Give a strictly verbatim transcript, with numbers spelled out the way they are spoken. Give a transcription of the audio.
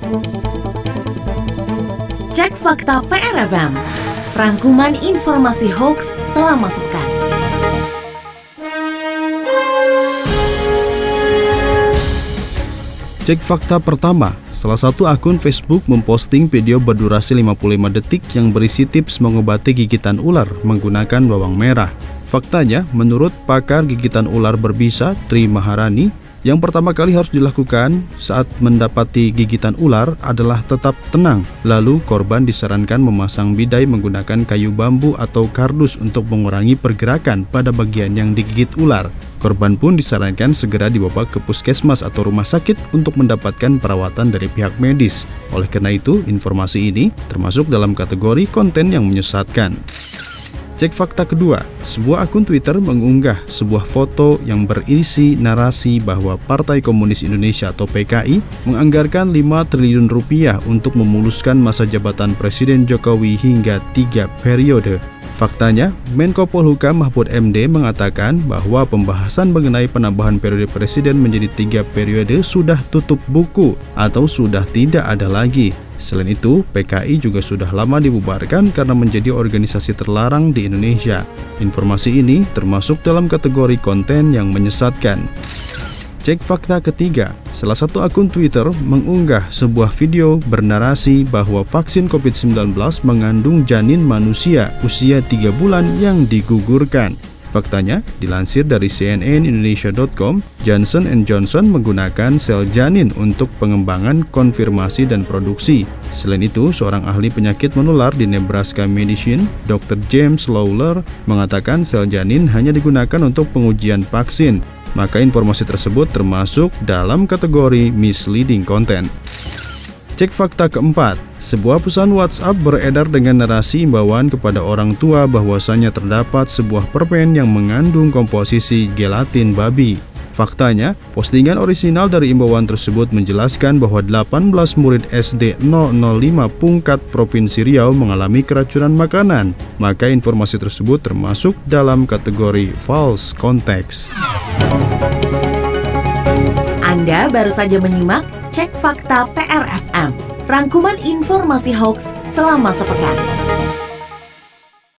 Cek Fakta P R F M, rangkuman informasi hoax selama sepekan. Cek fakta pertama, salah satu akun Facebook memposting video berdurasi lima puluh lima detik yang berisi tips mengobati gigitan ular menggunakan bawang merah. Faktanya, menurut pakar gigitan ular berbisa Tri Maharani, yang pertama kali harus dilakukan saat mendapati gigitan ular adalah tetap tenang. Lalu korban disarankan memasang bidai menggunakan kayu bambu atau kardus untuk mengurangi pergerakan pada bagian yang digigit ular. Korban pun disarankan segera dibawa ke puskesmas atau rumah sakit untuk mendapatkan perawatan dari pihak medis. Oleh karena itu, informasi ini termasuk dalam kategori konten yang menyesatkan. Cek fakta kedua, sebuah akun Twitter mengunggah sebuah foto yang berisi narasi bahwa Partai Komunis Indonesia atau P K I menganggarkan lima triliun rupiah untuk memuluskan masa jabatan Presiden Jokowi hingga tiga periode. Faktanya, Menko Polhukam Mahfud M D mengatakan bahwa pembahasan mengenai penambahan periode presiden menjadi tiga periode sudah tutup buku atau sudah tidak ada lagi. Selain itu, P K I juga sudah lama dibubarkan karena menjadi organisasi terlarang di Indonesia. Informasi ini termasuk dalam kategori konten yang menyesatkan. Cek fakta ketiga, salah satu akun Twitter mengunggah sebuah video bernarasi bahwa vaksin covid sembilan belas mengandung janin manusia usia tiga bulan yang digugurkan. Faktanya, dilansir dari C N N Indonesia dot com, Johnson and Johnson menggunakan sel janin untuk pengembangan, konfirmasi, dan produksi. Selain itu, seorang ahli penyakit menular di Nebraska Medicine, dokter James Lawler, mengatakan sel janin hanya digunakan untuk pengujian vaksin. Maka informasi tersebut termasuk dalam kategori misleading content. Cek fakta keempat, sebuah pesan WhatsApp beredar dengan narasi imbauan kepada orang tua bahwasanya terdapat sebuah permen yang mengandung komposisi gelatin babi. Faktanya, postingan orisinal dari imbauan tersebut menjelaskan bahwa delapan belas murid S D nol nol lima Pungkat Provinsi Riau mengalami keracunan makanan. Maka informasi tersebut termasuk dalam kategori false context. Anda baru saja menyimak Cek Fakta P R F M, rangkuman informasi hoax selama sepekan.